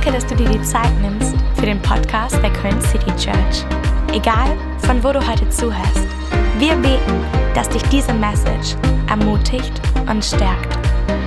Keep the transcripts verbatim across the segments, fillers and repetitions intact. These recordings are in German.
Danke, dass du dir die Zeit nimmst für den Podcast der Köln City Church. Egal, von wo du heute zuhörst, wir beten, dass dich diese Message ermutigt und stärkt.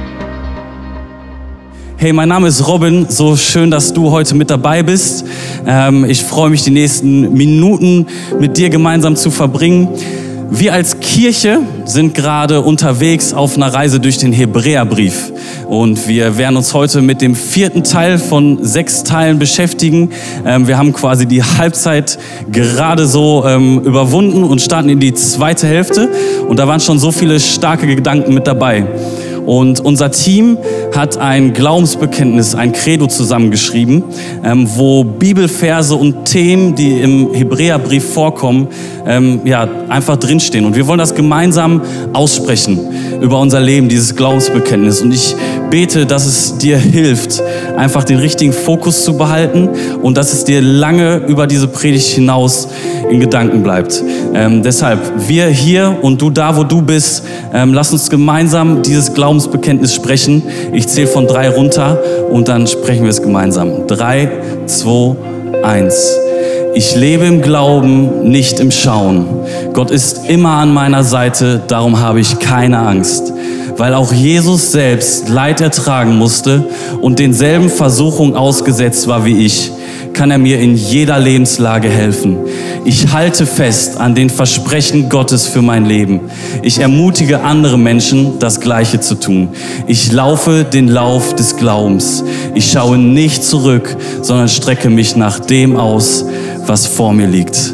Hey, mein Name ist Robin. So schön, dass du heute mit dabei bist. Ähm, ich freue mich, die nächsten Minuten mit dir gemeinsam zu verbringen. Wir als Kirche sind gerade unterwegs auf einer Reise durch den Hebräerbrief. Und wir werden uns heute mit dem vierten Teil von sechs Teilen beschäftigen. Ähm, wir haben quasi die Halbzeit gerade so ähm, überwunden und starten in die zweite Hälfte. Und da waren schon so viele starke Gedanken mit dabei. Und unser Team hat ein Glaubensbekenntnis, ein Credo zusammengeschrieben, ähm, wo Bibelverse und Themen, die im Hebräerbrief vorkommen, ähm, ja, einfach drinstehen. Und wir wollen das gemeinsam aussprechen über unser Leben, dieses Glaubensbekenntnis. Und ich bete, dass es dir hilft, einfach den richtigen Fokus zu behalten und dass es dir lange über diese Predigt hinaus in Gedanken bleibt. Ähm, deshalb, wir hier und du da, wo du bist, ähm, lass uns gemeinsam dieses Glaubensbekenntnis sprechen. Ich zähle von drei runter und dann sprechen wir es gemeinsam. Drei, zwei, eins. Ich lebe im Glauben, nicht im Schauen. Gott ist immer an meiner Seite, darum habe ich keine Angst. Weil auch Jesus selbst Leid ertragen musste und denselben Versuchungen ausgesetzt war wie ich, kann er mir in jeder Lebenslage helfen. Ich halte fest an den Versprechen Gottes für mein Leben. Ich ermutige andere Menschen, das Gleiche zu tun. Ich laufe den Lauf des Glaubens. Ich schaue nicht zurück, sondern strecke mich nach dem aus, was vor mir liegt.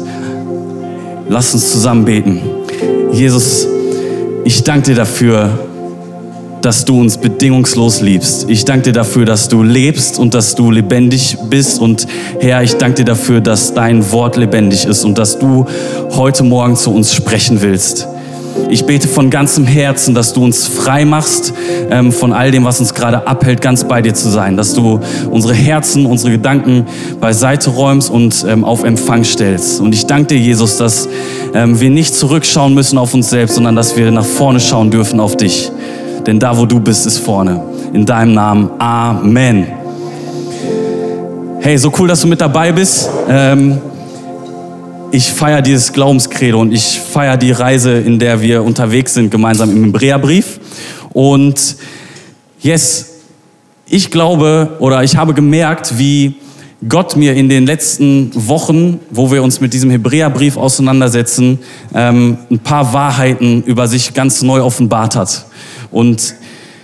Lass uns zusammen beten. Jesus, ich danke dir dafür, dass du uns bedingungslos liebst. Ich danke dir dafür, dass du lebst und dass du lebendig bist. Und Herr, ich danke dir dafür, dass dein Wort lebendig ist und dass du heute Morgen zu uns sprechen willst. Ich bete von ganzem Herzen, dass du uns frei machst ähm, von all dem, was uns gerade abhält, ganz bei dir zu sein. Dass du unsere Herzen, unsere Gedanken beiseite räumst und ähm, auf Empfang stellst. Und ich danke dir, Jesus, dass ähm, wir nicht zurückschauen müssen auf uns selbst, sondern dass wir nach vorne schauen dürfen auf dich. Denn da, wo du bist, ist vorne. In deinem Namen. Amen. Hey, so cool, dass du mit dabei bist. Ähm, ich feiere dieses Glaubenskredo und ich feiere die Reise, in der wir unterwegs sind, gemeinsam im Hebräerbrief. Und yes, ich glaube oder ich habe gemerkt, wie Gott mir in den letzten Wochen, wo wir uns mit diesem Hebräerbrief auseinandersetzen, ähm, ein paar Wahrheiten über sich ganz neu offenbart hat. Und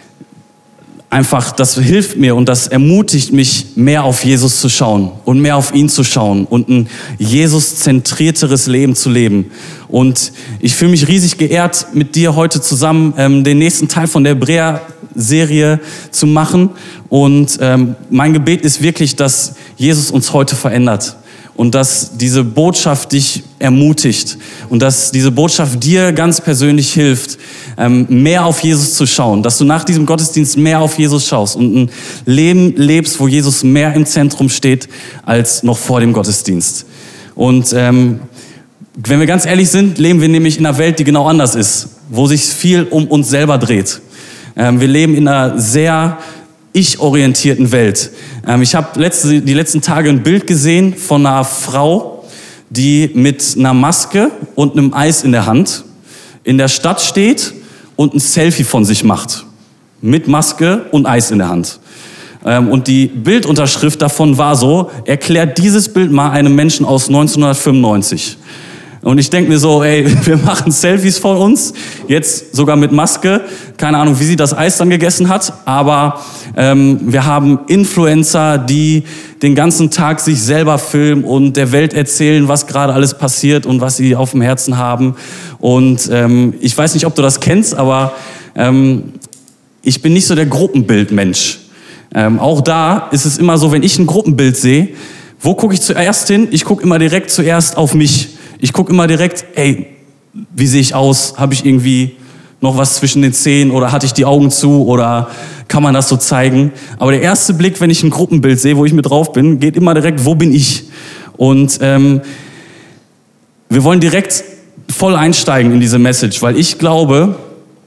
einfach, das hilft mir und das ermutigt mich, mehr auf Jesus zu schauen und mehr auf ihn zu schauen und ein Jesus-zentrierteres Leben zu leben. Und ich fühle mich riesig geehrt, mit dir heute zusammen ähm, den nächsten Teil von der Hebräer-Serie zu machen. Und ähm, mein Gebet ist wirklich, dass Jesus uns heute verändert. Und dass diese Botschaft dich ermutigt und dass diese Botschaft dir ganz persönlich hilft, mehr auf Jesus zu schauen. Dass du nach diesem Gottesdienst mehr auf Jesus schaust und ein Leben lebst, wo Jesus mehr im Zentrum steht als noch vor dem Gottesdienst. Und ähm, wenn wir ganz ehrlich sind, leben wir nämlich in einer Welt, die genau anders ist, wo sich viel um uns selber dreht. Ähm, wir leben in einer sehr ich-orientierten Welt. Ähm, ich habe letzte, die letzten Tage ein Bild gesehen von einer Frau, die mit einer Maske und einem Eis in der Hand in der Stadt steht und ein Selfie von sich macht. Mit Maske und Eis in der Hand. Ähm, und die Bildunterschrift davon war so: Erklärt dieses Bild mal einem Menschen aus neunzehnhundertfünfundneunzig. Und ich denke mir so, ey, wir machen Selfies von uns, jetzt sogar mit Maske. Keine Ahnung, wie sie das Eis dann gegessen hat, aber ähm, wir haben Influencer, die den ganzen Tag sich selber filmen und der Welt erzählen, was gerade alles passiert und was sie auf dem Herzen haben. Und ähm, ich weiß nicht, ob du das kennst, aber ähm, ich bin nicht so der Gruppenbildmensch. Ähm, auch da ist es immer so, wenn ich ein Gruppenbild sehe, wo gucke ich zuerst hin? Ich gucke immer direkt zuerst auf mich. Ich gucke immer direkt, ey, wie sehe ich aus? Habe ich irgendwie noch was zwischen den Zähnen oder hatte ich die Augen zu oder kann man das so zeigen? Aber der erste Blick, wenn ich ein Gruppenbild sehe, wo ich mit drauf bin, geht immer direkt, wo bin ich? Und ähm, wir wollen direkt voll einsteigen in diese Message, weil ich glaube,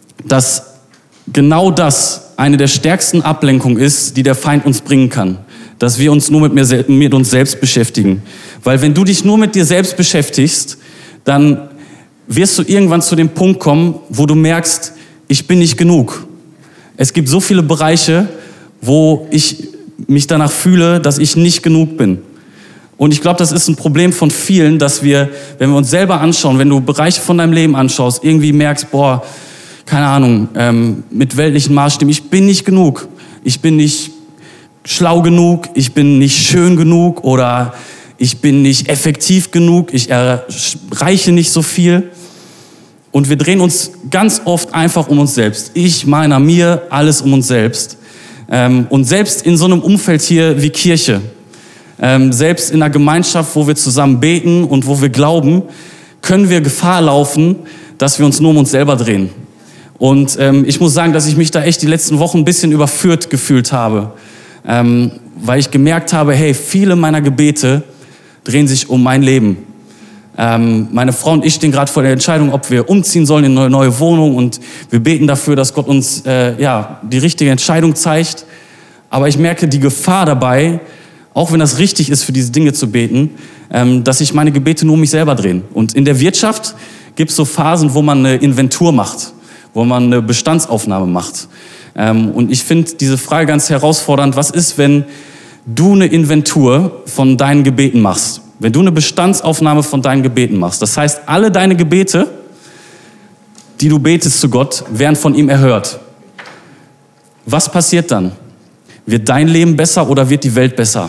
dass genau das eine der stärksten Ablenkungen ist, die der Feind uns bringen kann. dass wir uns nur mit, mir, mit uns selbst beschäftigen. Weil wenn du dich nur mit dir selbst beschäftigst, dann wirst du irgendwann zu dem Punkt kommen, wo du merkst, ich bin nicht genug. Es gibt so viele Bereiche, wo ich mich danach fühle, dass ich nicht genug bin. Und ich glaube, das ist ein Problem von vielen, dass wir, wenn wir uns selber anschauen, wenn du Bereiche von deinem Leben anschaust, irgendwie merkst, boah, keine Ahnung, ähm, mit weltlichen Maßstäben, ich bin nicht genug. Ich bin nicht schlau genug, ich bin nicht schön genug oder ich bin nicht effektiv genug, ich erreiche nicht so viel. Und wir drehen uns ganz oft einfach um uns selbst. Ich, meiner, mir, alles um uns selbst. Ähm, und selbst in so einem Umfeld hier wie Kirche, ähm, selbst in einer Gemeinschaft, wo wir zusammen beten und wo wir glauben, können wir Gefahr laufen, dass wir uns nur um uns selber drehen. Und ähm, ich muss sagen, dass ich mich da echt die letzten Wochen ein bisschen überführt gefühlt habe. Ähm, weil ich gemerkt habe, hey, viele meiner Gebete drehen sich um mein Leben. Ähm, meine Frau und ich stehen gerade vor der Entscheidung, ob wir umziehen sollen in eine neue Wohnung, und wir beten dafür, dass Gott uns äh, ja, die richtige Entscheidung zeigt. Aber ich merke die Gefahr dabei, auch wenn das richtig ist, für diese Dinge zu beten, ähm, dass sich meine Gebete nur um mich selber drehen. Und in der Wirtschaft gibt es so Phasen, wo man eine Inventur macht, wo man eine Bestandsaufnahme macht. Ähm, und ich finde diese Frage ganz herausfordernd. Was ist, wenn du eine Inventur von deinen Gebeten machst? Wenn du eine Bestandsaufnahme von deinen Gebeten machst. Das heißt, alle deine Gebete, die du betest zu Gott, werden von ihm erhört. Was passiert dann? Wird dein Leben besser oder wird die Welt besser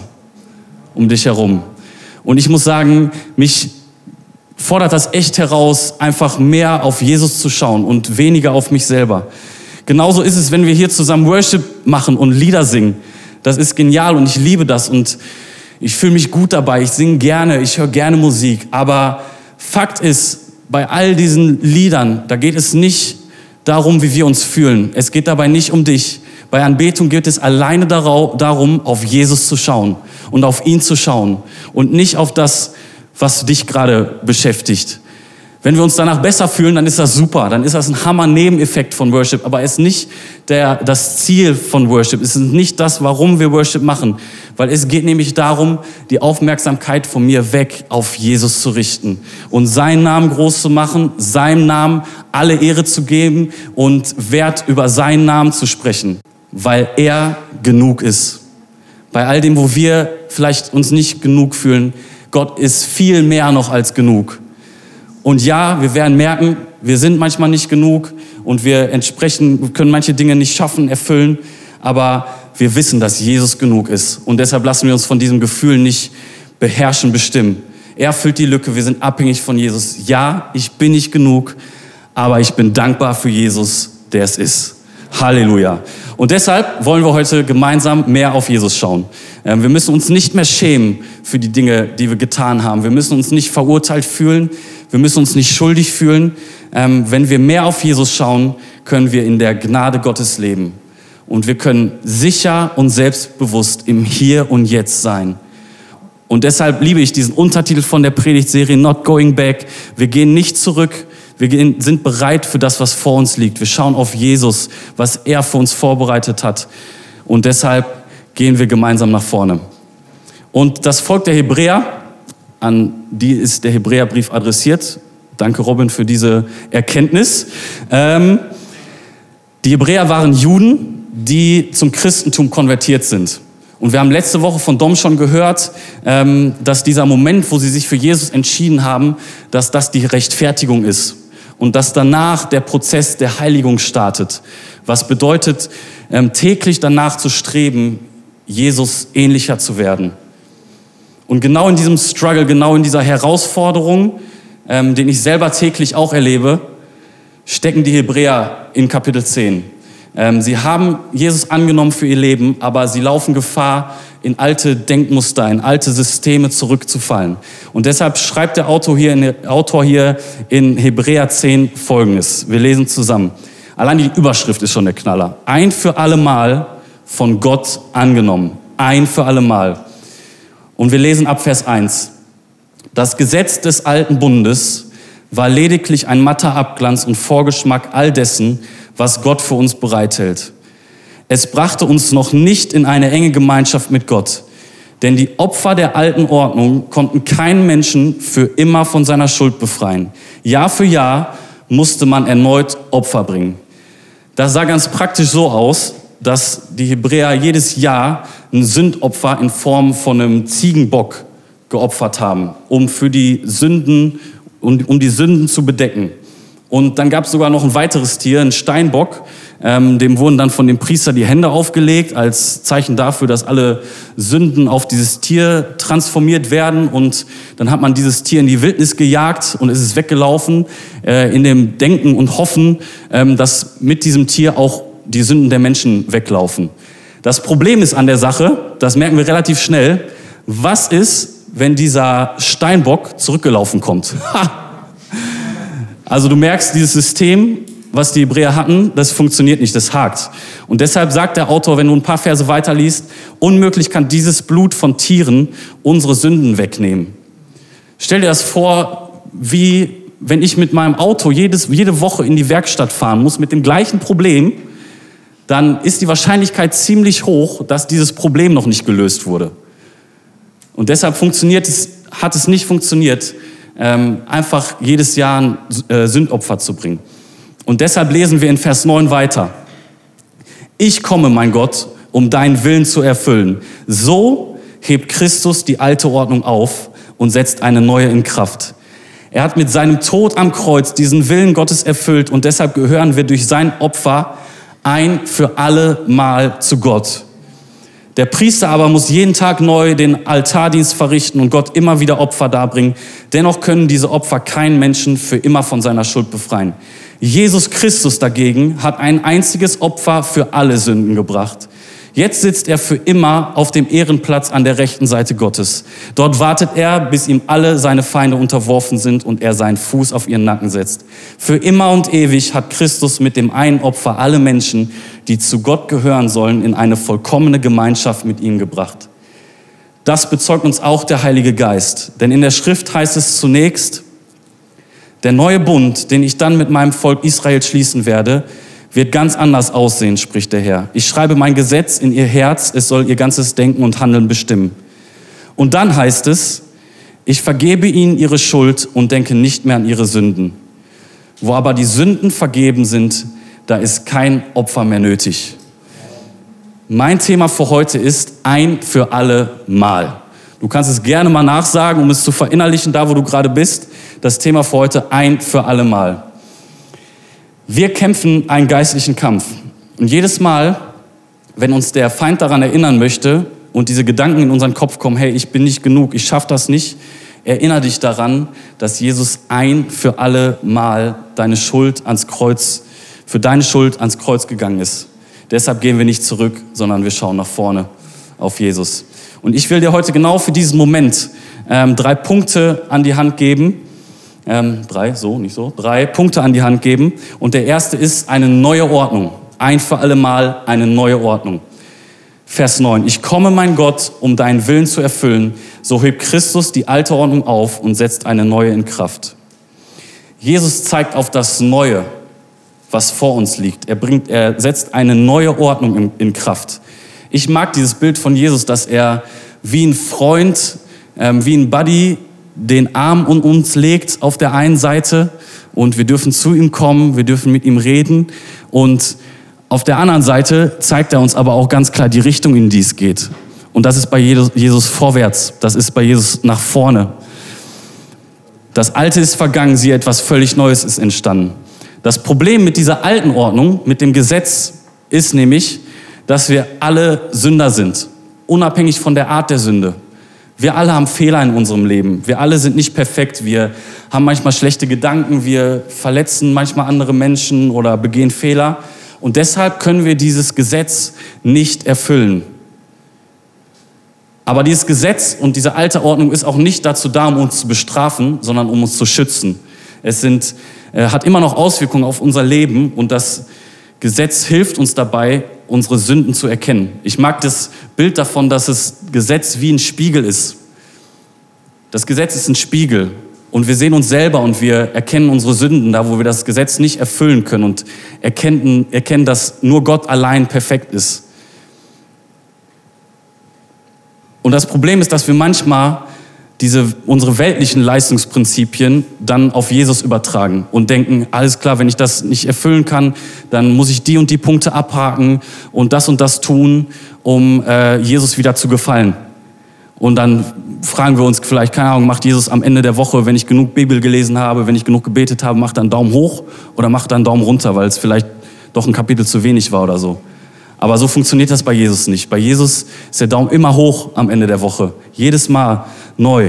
um dich herum? Und ich muss sagen, mich fordert das echt heraus, einfach mehr auf Jesus zu schauen und weniger auf mich selber. Genauso ist es, wenn wir hier zusammen Worship machen und Lieder singen. Das ist genial und ich liebe das und ich fühle mich gut dabei. Ich singe gerne, ich höre gerne Musik. Aber Fakt ist, bei all diesen Liedern, da geht es nicht darum, wie wir uns fühlen. Es geht dabei nicht um dich. Bei Anbetung geht es alleine darum, auf Jesus zu schauen und auf ihn zu schauen und nicht auf das, was dich gerade beschäftigt. Wenn wir uns danach besser fühlen, dann ist das super. Dann ist das ein Hammer-Nebeneffekt von Worship. Aber es ist nicht der, das Ziel von Worship. Es ist nicht das, warum wir Worship machen. Weil es geht nämlich darum, die Aufmerksamkeit von mir weg auf Jesus zu richten. Und seinen Namen groß zu machen, seinem Namen alle Ehre zu geben und Wert über seinen Namen zu sprechen. Weil er genug ist. Bei all dem, wo wir vielleicht uns nicht genug fühlen, Gott ist viel mehr noch als genug. Und ja, wir werden merken, wir sind manchmal nicht genug und wir entsprechend können manche Dinge nicht schaffen, erfüllen, aber wir wissen, dass Jesus genug ist. Und deshalb lassen wir uns von diesem Gefühl nicht beherrschen, bestimmen. Er füllt die Lücke, wir sind abhängig von Jesus. Ja, ich bin nicht genug, aber ich bin dankbar für Jesus, der es ist. Halleluja. Und deshalb wollen wir heute gemeinsam mehr auf Jesus schauen. Wir müssen uns nicht mehr schämen für die Dinge, die wir getan haben. Wir müssen uns nicht verurteilt fühlen. Wir müssen uns nicht schuldig fühlen. Wenn wir mehr auf Jesus schauen, können wir in der Gnade Gottes leben. Und wir können sicher und selbstbewusst im Hier und Jetzt sein. Und deshalb liebe ich diesen Untertitel von der Predigtserie Not Going Back. Wir gehen nicht zurück. Wir gehen, sind bereit für das, was vor uns liegt. Wir schauen auf Jesus, was er für uns vorbereitet hat. Und deshalb gehen wir gemeinsam nach vorne. Und das Volk der Hebräer, an die ist der Hebräerbrief adressiert. Danke, Robin, für diese Erkenntnis. Ähm, die Hebräer waren Juden, die zum Christentum konvertiert sind. Und wir haben letzte Woche von Dom schon gehört, ähm, dass dieser Moment, wo sie sich für Jesus entschieden haben, dass das die Rechtfertigung ist. Und dass danach der Prozess der Heiligung startet. Was bedeutet, ähm, täglich danach zu streben, Jesus ähnlicher zu werden. Und genau in diesem Struggle, genau in dieser Herausforderung, ähm, den ich selber täglich auch erlebe, stecken die Hebräer in Kapitel zehn. Ähm, sie haben Jesus angenommen für ihr Leben, aber sie laufen Gefahr, in alte Denkmuster, in alte Systeme zurückzufallen. Und deshalb schreibt der Autor hier, in, Autor hier in Hebräer zehn Folgendes. Wir lesen zusammen. Allein die Überschrift ist schon der Knaller. Ein für alle Mal von Gott angenommen. Ein für alle Mal. Und wir lesen ab Vers eins. Das Gesetz des alten Bundes war lediglich ein matter Abglanz und Vorgeschmack all dessen, was Gott für uns bereithält. Es brachte uns noch nicht in eine enge Gemeinschaft mit Gott. Denn die Opfer der alten Ordnung konnten keinen Menschen für immer von seiner Schuld befreien. Jahr für Jahr musste man erneut Opfer bringen. Das sah ganz praktisch so aus, dass die Hebräer jedes Jahr ein Sündopfer in Form von einem Ziegenbock geopfert haben, um für die Sünden, um, um die Sünden zu bedecken. Und dann gab es sogar noch ein weiteres Tier, einen Steinbock. Ähm, dem wurden dann von dem Priester die Hände aufgelegt, als Zeichen dafür, dass alle Sünden auf dieses Tier transformiert werden. Und dann hat man dieses Tier in die Wildnis gejagt und es ist weggelaufen, äh, in dem Denken und Hoffen, ähm, dass mit diesem Tier auch die Sünden der Menschen weglaufen. Das Problem ist an der Sache, das merken wir relativ schnell, was ist, wenn dieser Steinbock zurückgelaufen kommt? Also du merkst, dieses System, was die Hebräer hatten, das funktioniert nicht, das hakt. Und deshalb sagt der Autor, wenn du ein paar Verse weiterliest, unmöglich kann dieses Blut von Tieren unsere Sünden wegnehmen. Stell dir das vor, wie wenn ich mit meinem Auto jedes, jede Woche in die Werkstatt fahren muss mit dem gleichen Problem, dann ist die Wahrscheinlichkeit ziemlich hoch, dass dieses Problem noch nicht gelöst wurde. Und deshalb funktioniert es, hat es nicht funktioniert, ähm, einfach jedes Jahr ein äh, Sündopfer zu bringen. Und deshalb lesen wir in Vers neun weiter. Ich komme, mein Gott, um deinen Willen zu erfüllen. So hebt Christus die alte Ordnung auf und setzt eine neue in Kraft. Er hat mit seinem Tod am Kreuz diesen Willen Gottes erfüllt und deshalb gehören wir durch sein Opfer ein für alle Mal zu Gott. Der Priester aber muss jeden Tag neu den Altardienst verrichten und Gott immer wieder Opfer darbringen. Dennoch können diese Opfer keinen Menschen für immer von seiner Schuld befreien. Jesus Christus dagegen hat ein einziges Opfer für alle Sünden gebracht. Jetzt sitzt er für immer auf dem Ehrenplatz an der rechten Seite Gottes. Dort wartet er, bis ihm alle seine Feinde unterworfen sind und er seinen Fuß auf ihren Nacken setzt. Für immer und ewig hat Christus mit dem einen Opfer alle Menschen, die zu Gott gehören sollen, in eine vollkommene Gemeinschaft mit ihm gebracht. Das bezeugt uns auch der Heilige Geist. Denn in der Schrift heißt es zunächst, der neue Bund, den ich dann mit meinem Volk Israel schließen werde, wird ganz anders aussehen, spricht der Herr. Ich schreibe mein Gesetz in ihr Herz, es soll ihr ganzes Denken und Handeln bestimmen. Und dann heißt es, ich vergebe ihnen ihre Schuld und denke nicht mehr an ihre Sünden. Wo aber die Sünden vergeben sind, da ist kein Opfer mehr nötig. Mein Thema für heute ist ein für alle Mal. Du kannst es gerne mal nachsagen, um es zu verinnerlichen, da wo du gerade bist. Das Thema für heute ein für alle Mal. Wir kämpfen einen geistlichen Kampf. Und jedes Mal, wenn uns der Feind daran erinnern möchte und diese Gedanken in unseren Kopf kommen, hey, ich bin nicht genug, ich schaffe das nicht, erinnere dich daran, dass Jesus ein für alle Mal deine Schuld ans Kreuz, für deine Schuld ans Kreuz gegangen ist. Deshalb gehen wir nicht zurück, sondern wir schauen nach vorne auf Jesus. Und ich will dir heute genau für diesen Moment ähm, drei Punkte an die Hand geben, Ähm, drei, so, nicht so, drei Punkte an die Hand geben. Und der erste ist eine neue Ordnung. Ein für alle Mal eine neue Ordnung. Vers neun. Ich komme, mein Gott, um deinen Willen zu erfüllen. So hebt Christus die alte Ordnung auf und setzt eine neue in Kraft. Jesus zeigt auf das Neue, was vor uns liegt. Er bringt, er setzt eine neue Ordnung in, in Kraft. Ich mag dieses Bild von Jesus, dass er wie ein Freund, ähm, wie ein Buddy, den Arm um uns legt auf der einen Seite und wir dürfen zu ihm kommen, wir dürfen mit ihm reden und auf der anderen Seite zeigt er uns aber auch ganz klar die Richtung, in die es geht. Und das ist bei Jesus vorwärts, das ist bei Jesus nach vorne. Das Alte ist vergangen, siehe, etwas völlig Neues ist entstanden. Das Problem mit dieser alten Ordnung, mit dem Gesetz, ist nämlich, dass wir alle Sünder sind, unabhängig von der Art der Sünde. Wir alle haben Fehler in unserem Leben. Wir alle sind nicht perfekt. Wir haben manchmal schlechte Gedanken. Wir verletzen manchmal andere Menschen oder begehen Fehler. Und deshalb können wir dieses Gesetz nicht erfüllen. Aber dieses Gesetz und diese alte Ordnung ist auch nicht dazu da, um uns zu bestrafen, sondern um uns zu schützen. Es sind, äh, hat immer noch Auswirkungen auf unser Leben und das Gesetz hilft uns dabei, unsere Sünden zu erkennen. Ich mag das Bild davon, dass das Gesetz wie ein Spiegel ist. Das Gesetz ist ein Spiegel und wir sehen uns selber und wir erkennen unsere Sünden da, wo wir das Gesetz nicht erfüllen können und erkennen, erkennen, dass nur Gott allein perfekt ist. Und das Problem ist, dass wir manchmal diese, unsere weltlichen Leistungsprinzipien dann auf Jesus übertragen und denken, alles klar, wenn ich das nicht erfüllen kann, dann muss ich die und die Punkte abhaken und das und das tun, um äh, Jesus wieder zu gefallen. Und dann fragen wir uns vielleicht, keine Ahnung, macht Jesus am Ende der Woche, wenn ich genug Bibel gelesen habe, wenn ich genug gebetet habe, macht er einen Daumen hoch oder macht er einen Daumen runter, weil es vielleicht doch ein Kapitel zu wenig war oder so. Aber so funktioniert das bei Jesus nicht. Bei Jesus ist der Daumen immer hoch am Ende der Woche. Jedes Mal neu.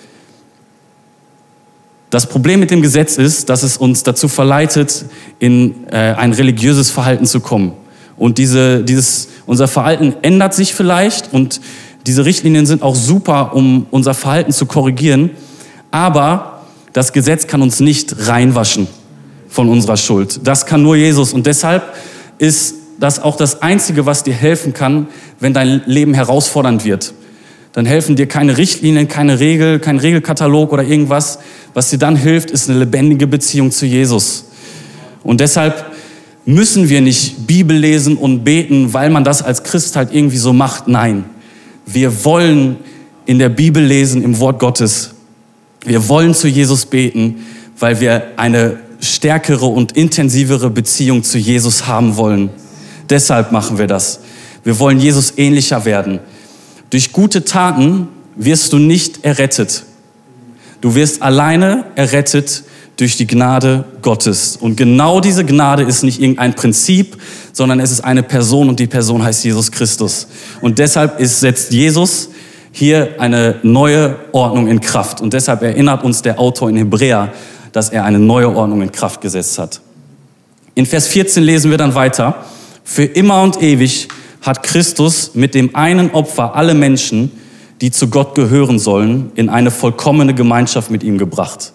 Das Problem mit dem Gesetz ist, dass es uns dazu verleitet, in äh, ein religiöses Verhalten zu kommen. Und diese, dieses, unser Verhalten ändert sich vielleicht und diese Richtlinien sind auch super, um unser Verhalten zu korrigieren. Aber das Gesetz kann uns nicht reinwaschen von unserer Schuld. Das kann nur Jesus. Und deshalb ist das auch das Einzige, was dir helfen kann, wenn dein Leben herausfordernd wird. Dann helfen dir keine Richtlinien, keine Regel, kein Regelkatalog oder irgendwas. Was dir dann hilft, ist eine lebendige Beziehung zu Jesus. Und deshalb müssen wir nicht Bibel lesen und beten, weil man das als Christ halt irgendwie so macht. Nein, wir wollen in der Bibel lesen, im Wort Gottes. Wir wollen zu Jesus beten, weil wir eine stärkere und intensivere Beziehung zu Jesus haben wollen. Deshalb machen wir das. Wir wollen Jesus ähnlicher werden. Durch gute Taten wirst du nicht errettet. Du wirst alleine errettet durch die Gnade Gottes. Und genau diese Gnade ist nicht irgendein Prinzip, sondern es ist eine Person und die Person heißt Jesus Christus. Und deshalb ist, setzt Jesus hier eine neue Ordnung in Kraft. Und deshalb erinnert uns der Autor in Hebräer, dass er eine neue Ordnung in Kraft gesetzt hat. In Vers vierzehn lesen wir dann weiter. Für immer und ewig hat Christus mit dem einen Opfer alle Menschen, die zu Gott gehören sollen, in eine vollkommene Gemeinschaft mit ihm gebracht.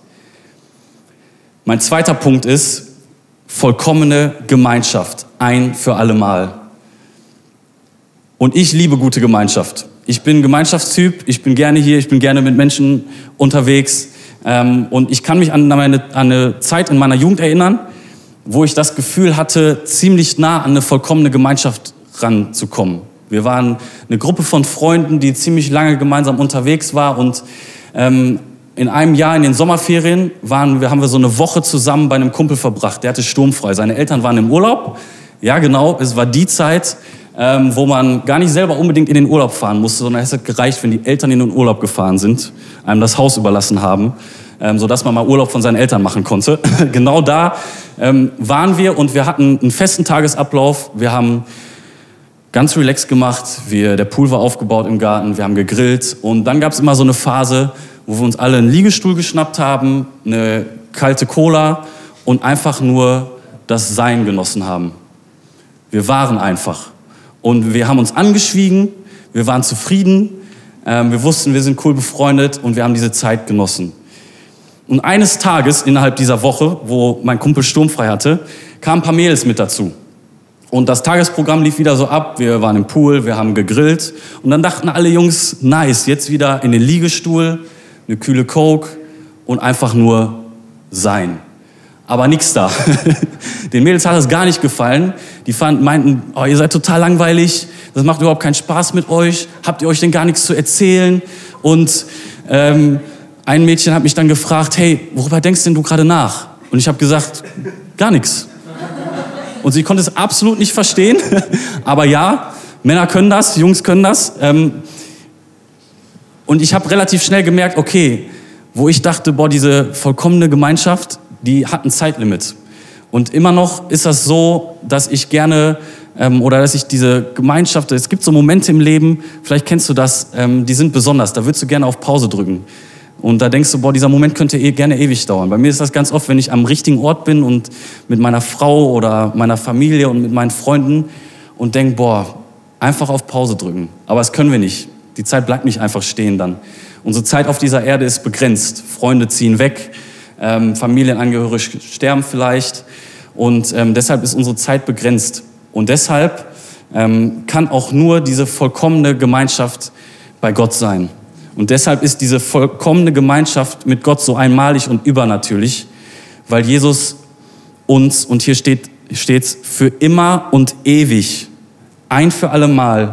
Mein zweiter Punkt ist vollkommene Gemeinschaft, ein für alle Mal. Und ich liebe gute Gemeinschaft. Ich bin Gemeinschaftstyp, ich bin gerne hier, ich bin gerne mit Menschen unterwegs. Ähm, und ich kann mich an eine, an eine Zeit in meiner Jugend erinnern, wo ich das Gefühl hatte, ziemlich nah an eine vollkommene Gemeinschaft ranzukommen. Wir waren eine Gruppe von Freunden, die ziemlich lange gemeinsam unterwegs war und ähm, in einem Jahr in den Sommerferien waren wir, haben wir so eine Woche zusammen bei einem Kumpel verbracht. Der hatte sturmfrei. Seine Eltern waren im Urlaub. Ja, genau. Es war die Zeit, ähm, wo man gar nicht selber unbedingt in den Urlaub fahren musste, sondern es hat gereicht, wenn die Eltern in den Urlaub gefahren sind, einem das Haus überlassen haben, ähm, sodass man mal Urlaub von seinen Eltern machen konnte. Genau da ähm, waren wir und wir hatten einen festen Tagesablauf. Wir haben ganz relaxed gemacht. Wir, der Pool war aufgebaut im Garten. Wir haben gegrillt und dann gab es immer so eine Phase, wo wir uns alle einen Liegestuhl geschnappt haben, eine kalte Cola und einfach nur das Sein genossen haben. Wir waren einfach. Und wir haben uns angeschwiegen, wir waren zufrieden, ähm, wir wussten, wir sind cool befreundet und wir haben diese Zeit genossen. Und eines Tages innerhalb dieser Woche, wo mein Kumpel sturmfrei hatte, kamen ein paar Mädels mit dazu. Und das Tagesprogramm lief wieder so ab, wir waren im Pool, wir haben gegrillt und dann dachten alle Jungs, nice, jetzt wieder in den Liegestuhl, eine kühle Coke und einfach nur sein. Aber nix da. Den Mädels hat es gar nicht gefallen. Die fanden, meinten, oh, ihr seid total langweilig, das macht überhaupt keinen Spaß mit euch. Habt ihr euch denn gar nichts zu erzählen? Und ähm, ein Mädchen hat mich dann gefragt, hey, worüber denkst denn du gerade nach? Und ich habe gesagt, gar nichts. Und sie konnte es absolut nicht verstehen. Aber ja, Männer können das, Jungs können das. Ähm, Und ich habe relativ schnell gemerkt, okay, wo ich dachte, boah, diese vollkommene Gemeinschaft, die hat ein Zeitlimit. Und immer noch ist das so, dass ich gerne, ähm, oder dass ich diese Gemeinschaft, es gibt so Momente im Leben, vielleicht kennst du das, ähm, die sind besonders, da würdest du gerne auf Pause drücken. Und da denkst du, boah, dieser Moment könnte eh gerne ewig dauern. Bei mir ist das ganz oft, wenn ich am richtigen Ort bin und mit meiner Frau oder meiner Familie und mit meinen Freunden und denk, boah, einfach auf Pause drücken. Aber das können wir nicht. Die Zeit bleibt nicht einfach stehen dann. Unsere Zeit auf dieser Erde ist begrenzt. Freunde ziehen weg, ähm, Familienangehörige sterben vielleicht. Und ähm, deshalb ist unsere Zeit begrenzt. Und deshalb ähm, kann auch nur diese vollkommene Gemeinschaft bei Gott sein. Und deshalb ist diese vollkommene Gemeinschaft mit Gott so einmalig und übernatürlich, weil Jesus uns, und hier steht steht's, für immer und ewig, ein für alle Mal,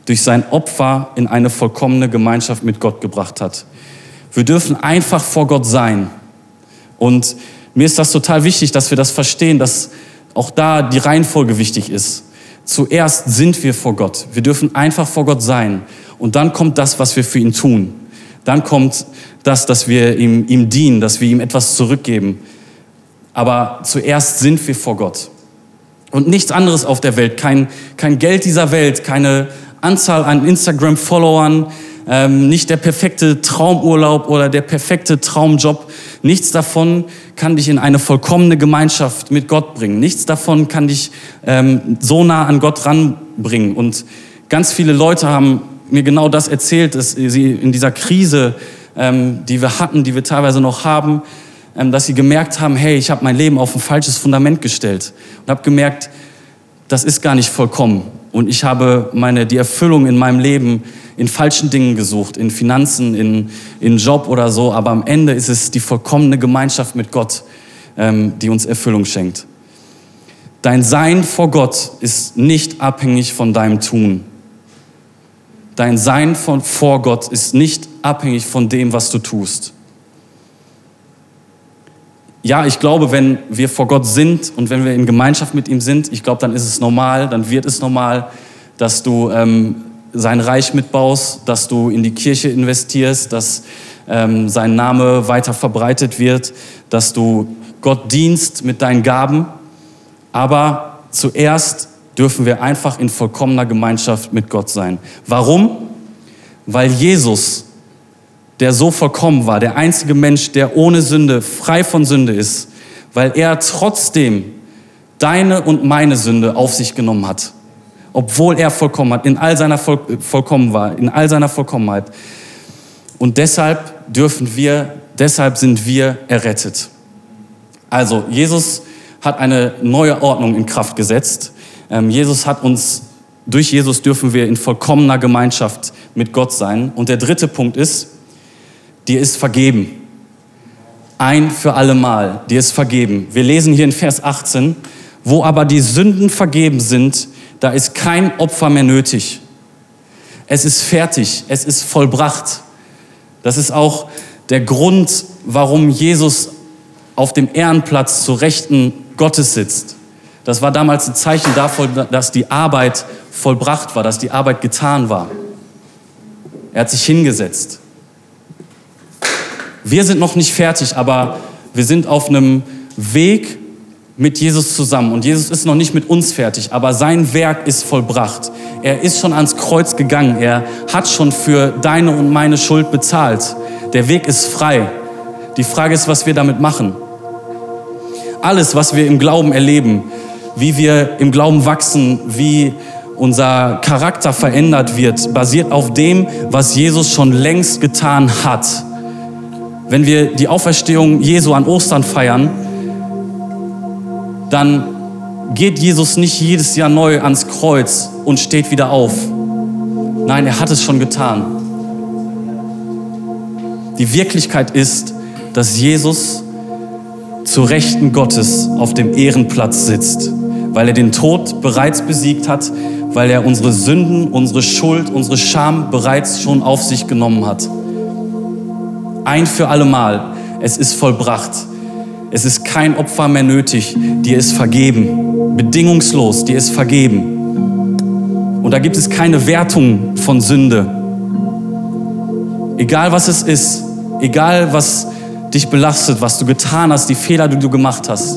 durch sein Opfer in eine vollkommene Gemeinschaft mit Gott gebracht hat. Wir dürfen einfach vor Gott sein. Und mir ist das total wichtig, dass wir das verstehen, dass auch da die Reihenfolge wichtig ist. Zuerst sind wir vor Gott. Wir dürfen einfach vor Gott sein. Und dann kommt das, was wir für ihn tun. Dann kommt das, dass wir ihm, ihm dienen, dass wir ihm etwas zurückgeben. Aber zuerst sind wir vor Gott. Und nichts anderes auf der Welt, kein, kein Geld dieser Welt, keine Anzahl an Instagram-Followern, ähm, nicht der perfekte Traumurlaub oder der perfekte Traumjob. Nichts davon kann dich in eine vollkommene Gemeinschaft mit Gott bringen. Nichts davon kann dich ähm, so nah an Gott ranbringen. Und ganz viele Leute haben mir genau das erzählt, dass sie in dieser Krise, ähm, die wir hatten, die wir teilweise noch haben, ähm, dass sie gemerkt haben, hey, ich habe mein Leben auf ein falsches Fundament gestellt und habe gemerkt, das ist gar nicht vollkommen. Und ich habe meine, die Erfüllung in meinem Leben in falschen Dingen gesucht, in Finanzen, in, in Job oder so. Aber am Ende ist es die vollkommene Gemeinschaft mit Gott, ähm, die uns Erfüllung schenkt. Dein Sein vor Gott ist nicht abhängig von deinem Tun. Dein Sein von, vor Gott ist nicht abhängig von dem, was du tust. Ja, ich glaube, wenn wir vor Gott sind und wenn wir in Gemeinschaft mit ihm sind, ich glaube, dann ist es normal, dann wird es normal, dass du ähm, sein Reich mitbaust, dass du in die Kirche investierst, dass ähm, sein Name weiter verbreitet wird, dass du Gott dienst mit deinen Gaben. Aber zuerst dürfen wir einfach in vollkommener Gemeinschaft mit Gott sein. Warum? Weil Jesus, der so vollkommen war, der einzige Mensch, der ohne Sünde, frei von Sünde ist, weil er trotzdem deine und meine Sünde auf sich genommen hat. Obwohl er vollkommen hat, in all seiner Voll- vollkommen war, in all seiner Vollkommenheit. Und deshalb dürfen wir, deshalb sind wir errettet. Also, Jesus hat eine neue Ordnung in Kraft gesetzt. Ähm, Jesus hat uns, durch Jesus dürfen wir in vollkommener Gemeinschaft mit Gott sein. Und der dritte Punkt ist, dir ist vergeben. Ein für alle Mal, dir ist vergeben. Wir lesen hier in Vers achtzehn, wo aber die Sünden vergeben sind, da ist kein Opfer mehr nötig. Es ist fertig, es ist vollbracht. Das ist auch der Grund, warum Jesus auf dem Ehrenplatz zu Rechten Gottes sitzt. Das war damals ein Zeichen davon, dass die Arbeit vollbracht war, dass die Arbeit getan war. Er hat sich hingesetzt. Wir sind noch nicht fertig, aber wir sind auf einem Weg mit Jesus zusammen. Und Jesus ist noch nicht mit uns fertig, aber sein Werk ist vollbracht. Er ist schon ans Kreuz gegangen. Er hat schon für deine und meine Schuld bezahlt. Der Weg ist frei. Die Frage ist, was wir damit machen. Alles, was wir im Glauben erleben, wie wir im Glauben wachsen, wie unser Charakter verändert wird, basiert auf dem, was Jesus schon längst getan hat. Wenn wir die Auferstehung Jesu an Ostern feiern, dann geht Jesus nicht jedes Jahr neu ans Kreuz und steht wieder auf. Nein, er hat es schon getan. Die Wirklichkeit ist, dass Jesus zu Rechten Gottes auf dem Ehrenplatz sitzt, weil er den Tod bereits besiegt hat, weil er unsere Sünden, unsere Schuld, unsere Scham bereits schon auf sich genommen hat. Ein für alle Mal, es ist vollbracht. Es ist kein Opfer mehr nötig, dir ist vergeben. Bedingungslos, dir ist vergeben. Und da gibt es keine Wertung von Sünde. Egal was es ist, egal was dich belastet, was du getan hast, die Fehler, die du gemacht hast.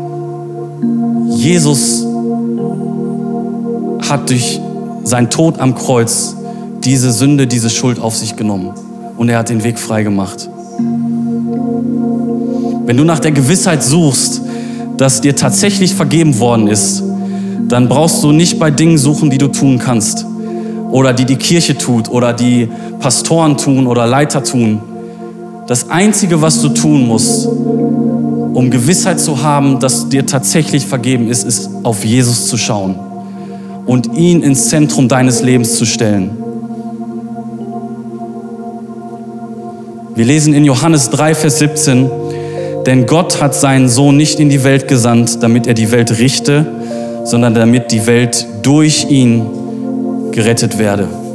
Jesus hat durch seinen Tod am Kreuz diese Sünde, diese Schuld auf sich genommen. Und er hat den Weg frei gemacht. Wenn du nach der Gewissheit suchst, dass dir tatsächlich vergeben worden ist, dann brauchst du nicht bei Dingen suchen, die du tun kannst. Oder die die Kirche tut oder die Pastoren tun oder Leiter tun. Das Einzige, was du tun musst, um Gewissheit zu haben, dass dir tatsächlich vergeben ist, ist auf Jesus zu schauen und ihn ins Zentrum deines Lebens zu stellen. Wir lesen in Johannes drei, Vers siebzehn, denn Gott hat seinen Sohn nicht in die Welt gesandt, damit er die Welt richte, sondern damit die Welt durch ihn gerettet werde.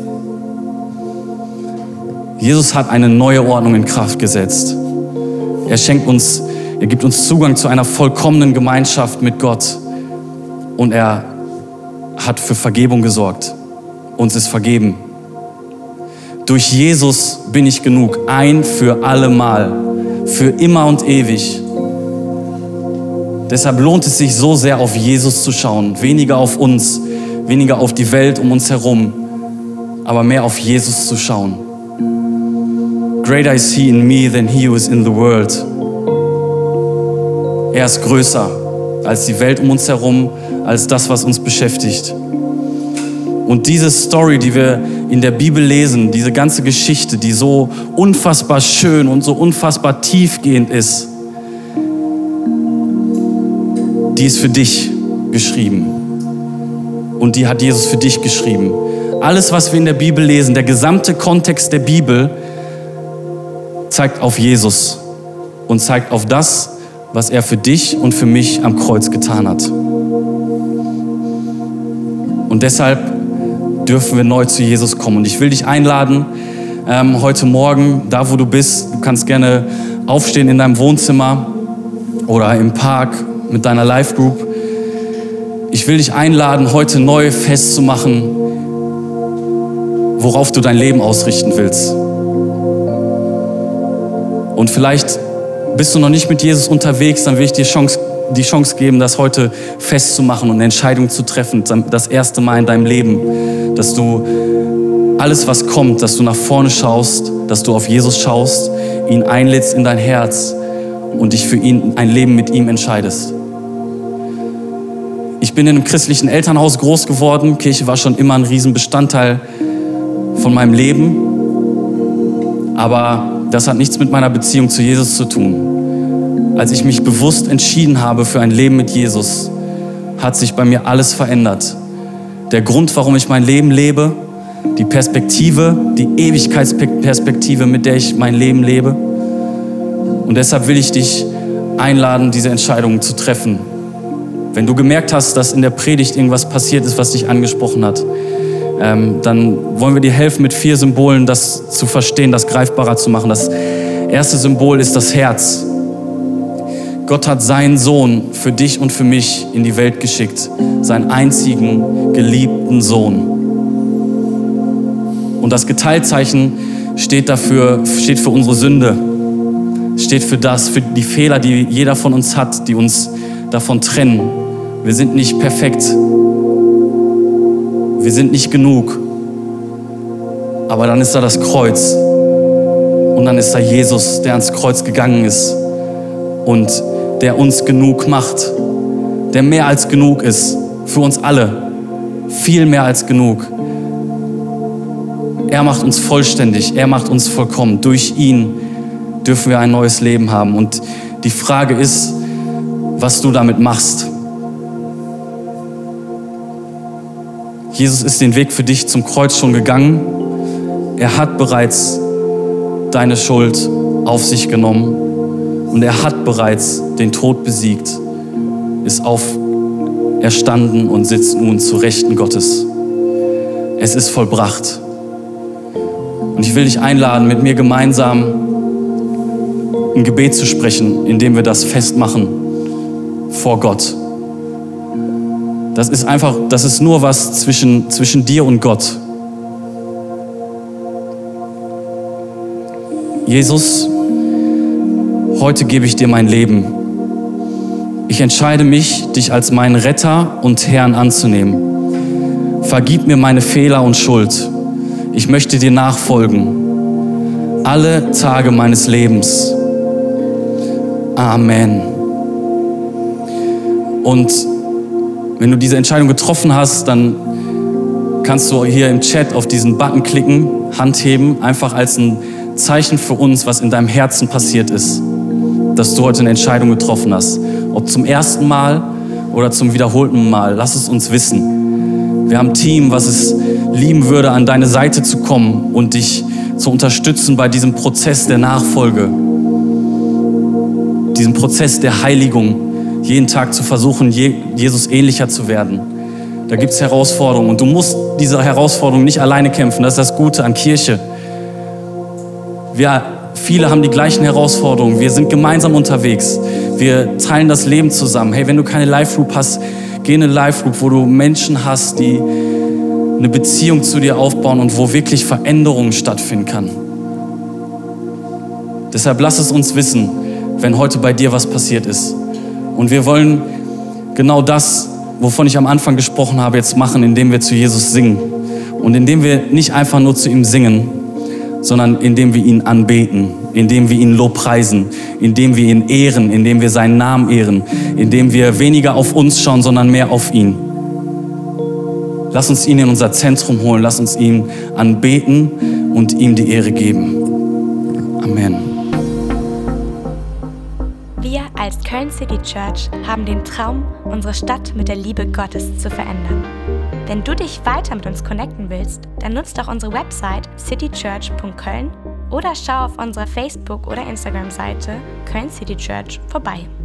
Jesus hat eine neue Ordnung in Kraft gesetzt. Er schenkt uns, er gibt uns Zugang zu einer vollkommenen Gemeinschaft mit Gott. Und er hat für Vergebung gesorgt. Uns ist vergeben. Durch Jesus bin ich genug, ein für alle Mal, für immer und ewig. Deshalb lohnt es sich so sehr, auf Jesus zu schauen, weniger auf uns, weniger auf die Welt um uns herum, aber mehr auf Jesus zu schauen. Greater is he in me than he who is in the world. Er ist größer als die Welt um uns herum, als das, was uns beschäftigt. Und diese Story, die wir in der Bibel lesen, diese ganze Geschichte, die so unfassbar schön und so unfassbar tiefgehend ist, die ist für dich geschrieben. Und die hat Jesus für dich geschrieben. Alles, was wir in der Bibel lesen, der gesamte Kontext der Bibel, zeigt auf Jesus und zeigt auf das, was er für dich und für mich am Kreuz getan hat. Und deshalb dürfen wir neu zu Jesus kommen. Und ich will dich einladen, ähm, heute Morgen, da wo du bist, du kannst gerne aufstehen in deinem Wohnzimmer oder im Park mit deiner Life Group. Ich will dich einladen, heute neu festzumachen, worauf du dein Leben ausrichten willst. Und vielleicht bist du noch nicht mit Jesus unterwegs, dann will ich dir Chance, die Chance geben, das heute festzumachen und eine Entscheidung zu treffen, das erste Mal in deinem Leben, dass du alles, was kommt, dass du nach vorne schaust, dass du auf Jesus schaust, ihn einlädst in dein Herz und dich für ihn, ein Leben mit ihm entscheidest. Ich bin in einem christlichen Elternhaus groß geworden. Kirche war schon immer ein Riesenbestandteil von meinem Leben. Aber das hat nichts mit meiner Beziehung zu Jesus zu tun. Als ich mich bewusst entschieden habe für ein Leben mit Jesus, hat sich bei mir alles verändert. Der Grund, warum ich mein Leben lebe, die Perspektive, die Ewigkeitsperspektive, mit der ich mein Leben lebe. Und deshalb will ich dich einladen, diese Entscheidung zu treffen. Wenn du gemerkt hast, dass in der Predigt irgendwas passiert ist, was dich angesprochen hat, ähm, dann wollen wir dir helfen, mit vier Symbolen das zu verstehen, das greifbarer zu machen. Das erste Symbol ist das Herz. Gott hat seinen Sohn für dich und für mich in die Welt geschickt, seinen einzigen geliebten Sohn. Und das Geteiltzeichen steht dafür, steht für unsere Sünde, steht für das, für die Fehler, die jeder von uns hat, die uns davon trennen. Wir sind nicht perfekt. Wir sind nicht genug. Aber dann ist da das Kreuz. Und dann ist da Jesus, der ans Kreuz gegangen ist und der uns genug macht. Der mehr als genug ist. Für uns alle. Viel mehr als genug. Er macht uns vollständig. Er macht uns vollkommen. Durch ihn dürfen wir ein neues Leben haben. Und die Frage ist, was du damit machst. Jesus ist den Weg für dich zum Kreuz schon gegangen. Er hat bereits deine Schuld auf sich genommen und er hat bereits den Tod besiegt, ist auferstanden und sitzt nun zu Rechten Gottes. Es ist vollbracht. Und ich will dich einladen, mit mir gemeinsam ein Gebet zu sprechen, indem wir das festmachen vor Gott. Das ist einfach, das ist nur was zwischen, zwischen dir und Gott. Jesus, heute gebe ich dir mein Leben. Ich entscheide mich, dich als meinen Retter und Herrn anzunehmen. Vergib mir meine Fehler und Schuld. Ich möchte dir nachfolgen. Alle Tage meines Lebens. Amen. Und wenn du diese Entscheidung getroffen hast, dann kannst du hier im Chat auf diesen Button klicken, Hand heben, einfach als ein Zeichen für uns, was in deinem Herzen passiert ist, dass du heute eine Entscheidung getroffen hast. Ob zum ersten Mal oder zum wiederholten Mal, lass es uns wissen. Wir haben ein Team, was es lieben würde, an deine Seite zu kommen und dich zu unterstützen bei diesem Prozess der Nachfolge, diesem Prozess der Heiligung, jeden Tag zu versuchen, Jesus ähnlicher zu werden. Da gibt es Herausforderungen und du musst diese Herausforderungen nicht alleine kämpfen. Das ist das Gute an Kirche. Wir viele haben die gleichen Herausforderungen. Wir sind gemeinsam unterwegs. Wir teilen das Leben zusammen. Hey, wenn du keine Life Group hast, geh in eine Life Group, wo du Menschen hast, die eine Beziehung zu dir aufbauen und wo wirklich Veränderung stattfinden kann. Deshalb lass es uns wissen, wenn heute bei dir was passiert ist. Und wir wollen genau das, wovon ich am Anfang gesprochen habe, jetzt machen, indem wir zu Jesus singen. Und indem wir nicht einfach nur zu ihm singen, sondern indem wir ihn anbeten, indem wir ihn lobpreisen, indem wir ihn ehren, indem wir seinen Namen ehren, indem wir weniger auf uns schauen, sondern mehr auf ihn. Lass uns ihn in unser Zentrum holen, lass uns ihn anbeten und ihm die Ehre geben. Amen. Wir als Köln City Church haben den Traum, unsere Stadt mit der Liebe Gottes zu verändern. Wenn du dich weiter mit uns connecten willst, dann nutzt doch unsere Website citychurch punkt köln oder schau auf unserer Facebook- oder Instagram-Seite Köln City Church vorbei.